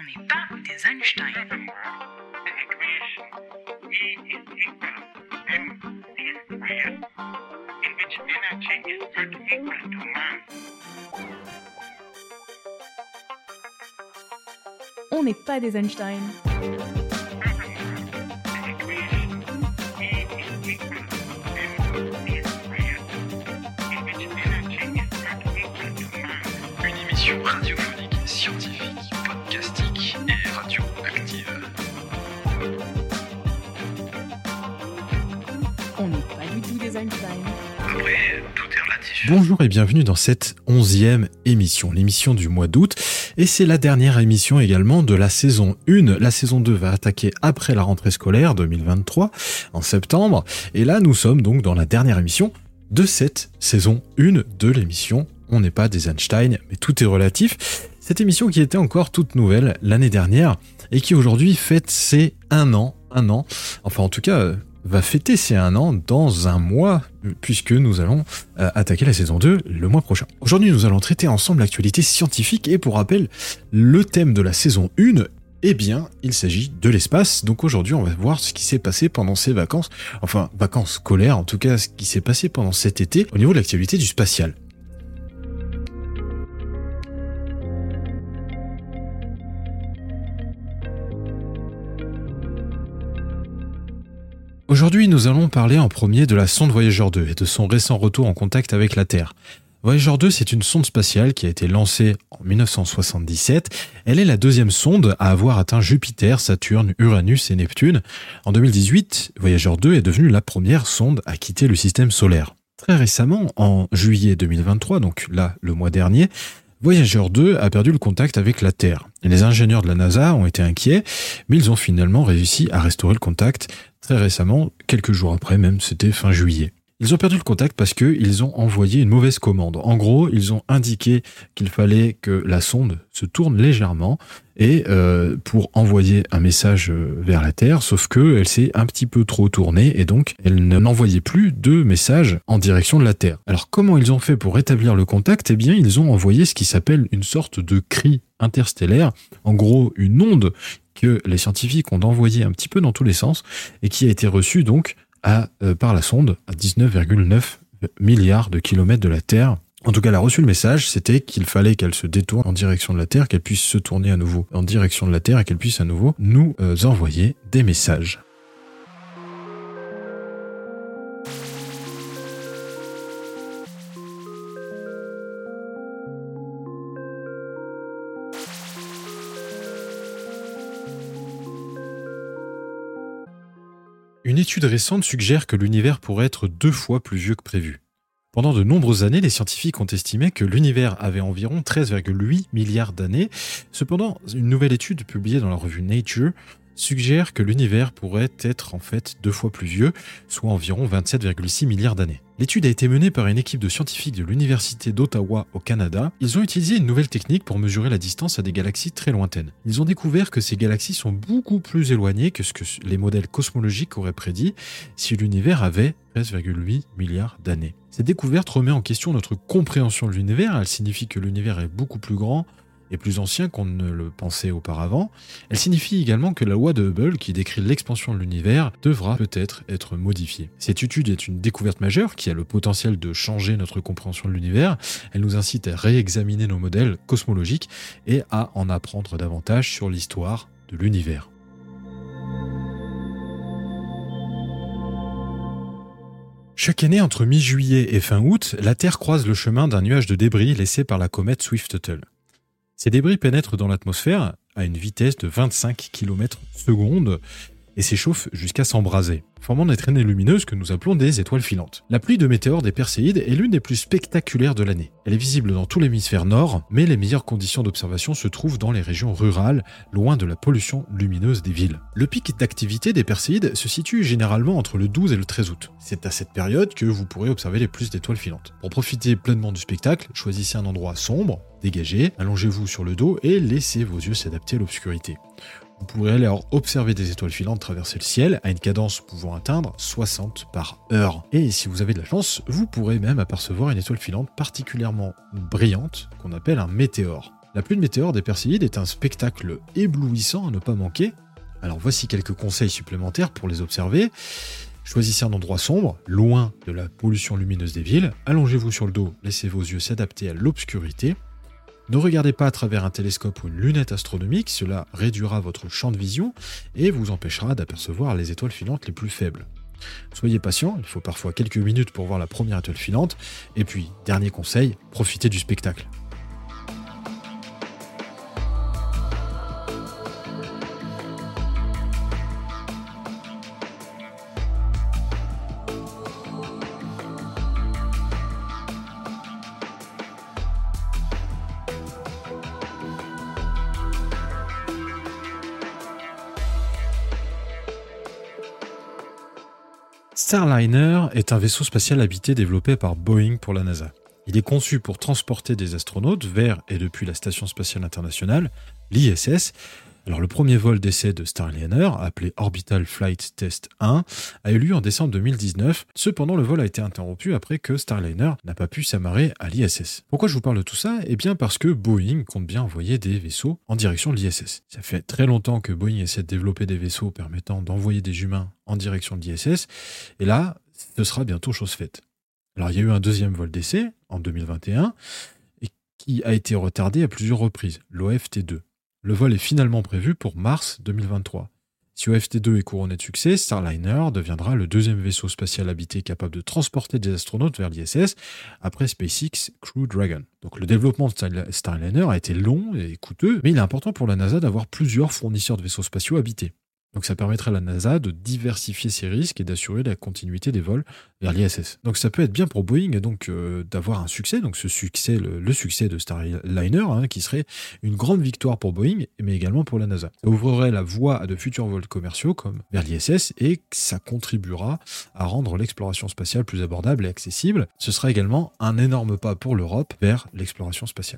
On n'est pas des Einstein. On n'est pas des Einstein. Une émission radiophonique, scientifique, podcastique et radioactive. On n'est pas du tout des Einstein. Après, tout est relatif. Bonjour et bienvenue dans cette 11e émission, l'émission du mois d'août. Et c'est la dernière émission également de la saison 1. La saison 2 va attaquer après la rentrée scolaire 2023, en septembre. Et là, nous sommes donc dans la dernière émission de cette saison 1 de l'émission On n'est pas des Einstein, mais tout est relatif. Cette émission qui était encore toute nouvelle l'année dernière et qui aujourd'hui fête ses 1 an. Enfin, en tout cas, va fêter ses 1 an dans un mois, puisque nous allons attaquer la saison 2 le mois prochain. Aujourd'hui, nous allons traiter ensemble l'actualité scientifique, et pour rappel, le thème de la saison 1, eh bien, il s'agit de l'espace. Donc aujourd'hui, on va voir ce qui s'est passé pendant ces vacances, enfin, vacances scolaires, en tout cas, ce qui s'est passé pendant cet été au niveau de l'actualité du spatial. Aujourd'hui, nous allons parler en premier de la sonde Voyager 2 et de son récent retour en contact avec la Terre. Voyager 2, c'est une sonde spatiale qui a été lancée en 1977. Elle est la deuxième sonde à avoir atteint Jupiter, Saturne, Uranus et Neptune. En 2018, Voyager 2 est devenue la première sonde à quitter le système solaire. Très récemment, en juillet 2023, donc là, le mois dernier, Voyager 2 a perdu le contact avec la Terre. Et les ingénieurs de la NASA ont été inquiets, mais ils ont finalement réussi à restaurer le contact très récemment, quelques jours après même, c'était fin juillet. Ils ont perdu le contact parce qu'ils ont envoyé une mauvaise commande. En gros, ils ont indiqué qu'il fallait que la sonde se tourne légèrement et pour envoyer un message vers la Terre, sauf qu'elle s'est un petit peu trop tournée et donc elle n'envoyait plus de message en direction de la Terre. Alors comment ils ont fait pour rétablir le contact ? Eh bien, ils ont envoyé ce qui s'appelle une sorte de cri interstellaire, en gros une onde que les scientifiques ont envoyée un petit peu dans tous les sens et qui a été reçue donc par la sonde à 19,9 milliards de kilomètres de la Terre. En tout cas, elle a reçu le message, c'était qu'il fallait qu'elle se détourne en direction de la Terre, qu'elle puisse se tourner à nouveau en direction de la Terre et qu'elle puisse à nouveau nous envoyer des messages. Une étude récente suggère que l'univers pourrait être 2 fois plus vieux que prévu. Pendant de nombreuses années, les scientifiques ont estimé que l'univers avait environ 13,8 milliards d'années. Cependant, une nouvelle étude publiée dans la revue Nature suggère que l'univers pourrait être en fait 2 fois plus vieux, soit environ 27,6 milliards d'années. L'étude a été menée par une équipe de scientifiques de l'Université d'Ottawa au Canada. Ils ont utilisé une nouvelle technique pour mesurer la distance à des galaxies très lointaines. Ils ont découvert que ces galaxies sont beaucoup plus éloignées que ce que les modèles cosmologiques auraient prédit si l'univers avait 13,8 milliards d'années. Cette découverte remet en question notre compréhension de l'univers. Elle signifie que l'univers est beaucoup plus grand et plus ancien qu'on ne le pensait auparavant. Elle signifie également que la loi de Hubble, qui décrit l'expansion de l'univers, devra peut-être être modifiée. Cette étude est une découverte majeure qui a le potentiel de changer notre compréhension de l'univers. Elle nous incite à réexaminer nos modèles cosmologiques et à en apprendre davantage sur l'histoire de l'univers. Chaque année, entre mi-juillet et fin août, la Terre croise le chemin d'un nuage de débris laissé par la comète Swift-Tuttle. Ces débris pénètrent dans l'atmosphère à une vitesse de 25 km/s et s'échauffent jusqu'à s'embraser, formant des traînées lumineuses que nous appelons des étoiles filantes. La pluie de météores des Perséides est l'une des plus spectaculaires de l'année. Elle est visible dans tout l'hémisphère nord, mais les meilleures conditions d'observation se trouvent dans les régions rurales, loin de la pollution lumineuse des villes. Le pic d'activité des Perséides se situe généralement entre le 12 et le 13 août. C'est à cette période que vous pourrez observer les plus d'étoiles filantes. Pour profiter pleinement du spectacle, choisissez un endroit sombre, dégagé, allongez-vous sur le dos et laissez vos yeux s'adapter à l'obscurité. Vous pourrez alors observer des étoiles filantes traverser le ciel à une cadence pouvant atteindre 60 par heure. Et si vous avez de la chance, vous pourrez même apercevoir une étoile filante particulièrement brillante qu'on appelle un météore. La pluie de météores des Perséides est un spectacle éblouissant à ne pas manquer. Alors voici quelques conseils supplémentaires pour les observer. Choisissez un endroit sombre, loin de la pollution lumineuse des villes. Allongez-vous sur le dos, laissez vos yeux s'adapter à l'obscurité. Ne regardez pas à travers un télescope ou une lunette astronomique, cela réduira votre champ de vision et vous empêchera d'apercevoir les étoiles filantes les plus faibles. Soyez patient, il faut parfois quelques minutes pour voir la première étoile filante. Et puis, dernier conseil, profitez du spectacle. Starliner est un vaisseau spatial habité développé par Boeing pour la NASA. Il est conçu pour transporter des astronautes vers et depuis la Station Spatiale Internationale, l'ISS. Alors le premier vol d'essai de Starliner, appelé Orbital Flight Test 1, a eu lieu en décembre 2019. Cependant, le vol a été interrompu après que Starliner n'a pas pu s'amarrer à l'ISS. Pourquoi je vous parle de tout ça ? Eh bien parce que Boeing compte bien envoyer des vaisseaux en direction de l'ISS. Ça fait très longtemps que Boeing essaie de développer des vaisseaux permettant d'envoyer des humains en direction de l'ISS, et là, ce sera bientôt chose faite. Alors il y a eu un deuxième vol d'essai en 2021, et qui a été retardé à plusieurs reprises, l'OFT-2. Le vol est finalement prévu pour mars 2023. Si OFT-2 est couronné de succès, Starliner deviendra le deuxième vaisseau spatial habité capable de transporter des astronautes vers l'ISS après SpaceX Crew Dragon. Donc le développement de Starliner a été long et coûteux, mais il est important pour la NASA d'avoir plusieurs fournisseurs de vaisseaux spatiaux habités. Donc ça permettrait à la NASA de diversifier ses risques et d'assurer la continuité des vols vers l'ISS. Donc ça peut être bien pour Boeing donc d'avoir un succès, donc ce succès, le succès de Starliner, qui serait une grande victoire pour Boeing, mais également pour la NASA. Ça ouvrirait la voie à de futurs vols commerciaux comme vers l'ISS et ça contribuera à rendre l'exploration spatiale plus abordable et accessible. Ce sera également un énorme pas pour l'Europe vers l'exploration spatiale.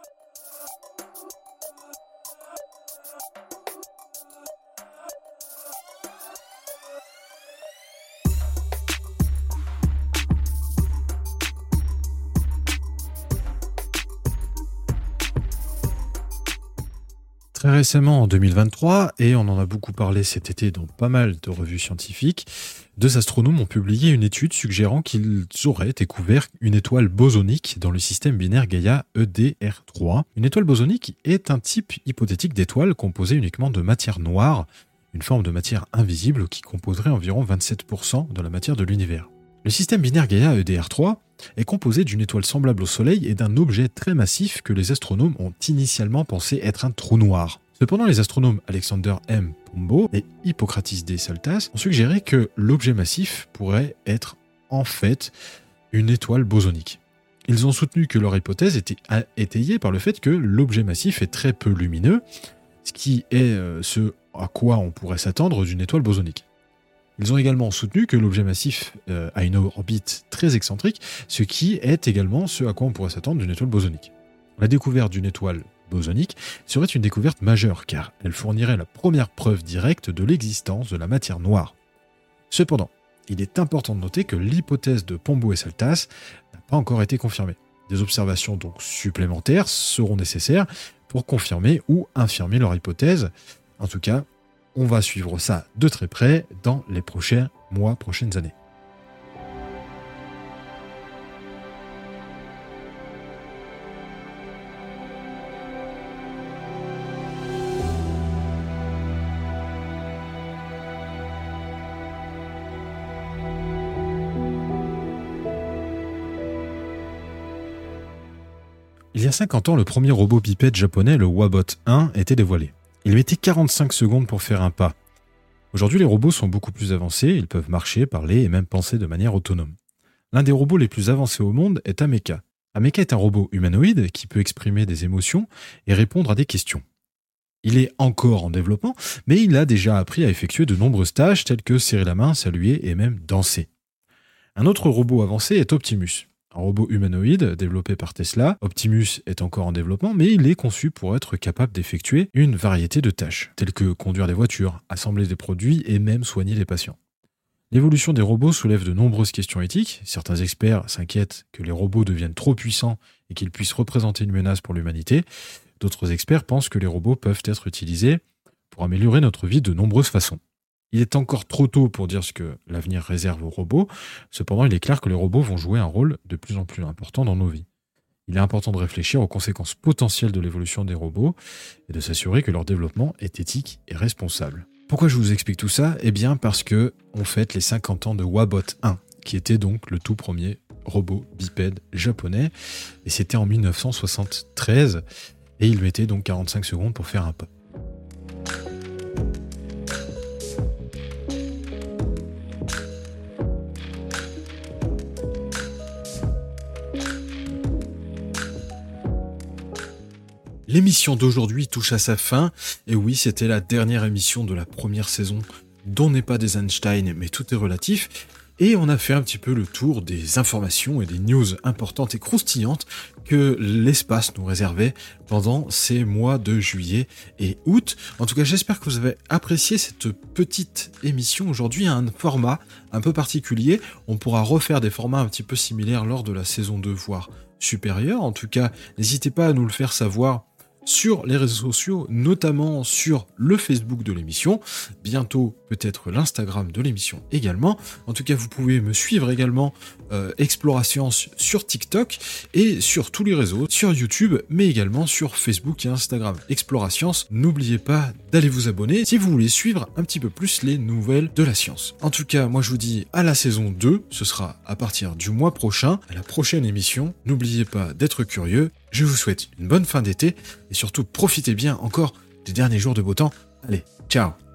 Très récemment, en 2023, et on en a beaucoup parlé cet été dans pas mal de revues scientifiques, deux astronomes ont publié une étude suggérant qu'ils auraient découvert une étoile bosonique dans le système binaire Gaïa EDR3. Une étoile bosonique est un type hypothétique d'étoile composée uniquement de matière noire, une forme de matière invisible qui composerait environ 27% de la matière de l'univers. Le système binaire Gaïa EDR3 est composé d'une étoile semblable au Soleil et d'un objet très massif que les astronomes ont initialement pensé être un trou noir. Cependant, les astronomes Alexander M. Pombo et Hippocrates D. Saltas ont suggéré que l'objet massif pourrait être en fait une étoile bosonique. Ils ont soutenu que leur hypothèse était étayée par le fait que l'objet massif est très peu lumineux, ce qui est ce à quoi on pourrait s'attendre d'une étoile bosonique. Ils ont également soutenu que l'objet massif a une orbite très excentrique, ce qui est également ce à quoi on pourrait s'attendre d'une étoile bosonique. La découverte d'une étoile bosonique serait une découverte majeure, car elle fournirait la première preuve directe de l'existence de la matière noire. Cependant, il est important de noter que l'hypothèse de Pombo et Saltas n'a pas encore été confirmée. Des observations donc supplémentaires seront nécessaires pour confirmer ou infirmer leur hypothèse. En tout cas, on va suivre ça de très près dans les prochains mois, prochaines années. Il y a 50 ans, le premier robot bipède japonais, le Wabot 1, était dévoilé. Il mettait 45 secondes pour faire un pas. Aujourd'hui, les robots sont beaucoup plus avancés, ils peuvent marcher, parler et même penser de manière autonome. L'un des robots les plus avancés au monde est Ameca. Ameca est un robot humanoïde qui peut exprimer des émotions et répondre à des questions. Il est encore en développement, mais il a déjà appris à effectuer de nombreuses tâches telles que serrer la main, saluer et même danser. Un autre robot avancé est Optimus. Un robot humanoïde développé par Tesla, Optimus est encore en développement, mais il est conçu pour être capable d'effectuer une variété de tâches, telles que conduire des voitures, assembler des produits et même soigner les patients. L'évolution des robots soulève de nombreuses questions éthiques. Certains experts s'inquiètent que les robots deviennent trop puissants et qu'ils puissent représenter une menace pour l'humanité, D'autres experts pensent que les robots peuvent être utilisés pour améliorer notre vie de nombreuses façons. Il est encore trop tôt pour dire ce que l'avenir réserve aux robots, cependant il est clair que les robots vont jouer un rôle de plus en plus important dans nos vies. Il est important de réfléchir aux conséquences potentielles de l'évolution des robots et de s'assurer que leur développement est éthique et responsable. Pourquoi je vous explique tout ça ? Eh bien parce que on fête les 50 ans de Wabot 1, qui était donc le tout premier robot bipède japonais, et c'était en 1973, et il mettait donc 45 secondes pour faire un pas. L'émission d'aujourd'hui touche à sa fin, et oui, c'était la dernière émission de la première saison d'On n'est pas des Einstein, mais tout est relatif, et on a fait un petit peu le tour des informations et des news importantes et croustillantes que l'espace nous réservait pendant ces mois de juillet et août. En tout cas, j'espère que vous avez apprécié cette petite émission. Aujourd'hui, un format un peu particulier. On pourra refaire des formats un petit peu similaires lors de la saison 2, voire supérieure. En tout cas, n'hésitez pas à nous le faire savoir sur les réseaux sociaux, notamment sur le Facebook de l'émission, bientôt peut-être l'Instagram de l'émission également. En tout cas, vous pouvez me suivre également Exploration sur TikTok et sur tous les réseaux, sur YouTube, mais également sur Facebook et Instagram. Exploration, n'oubliez pas d'aller vous abonner si vous voulez suivre un petit peu plus les nouvelles de la science. En tout cas, moi je vous dis à la saison 2, ce sera à partir du mois prochain, à la prochaine émission. N'oubliez pas d'être curieux. Je vous souhaite une bonne fin d'été et surtout profitez bien encore des derniers jours de beau temps. Allez, ciao!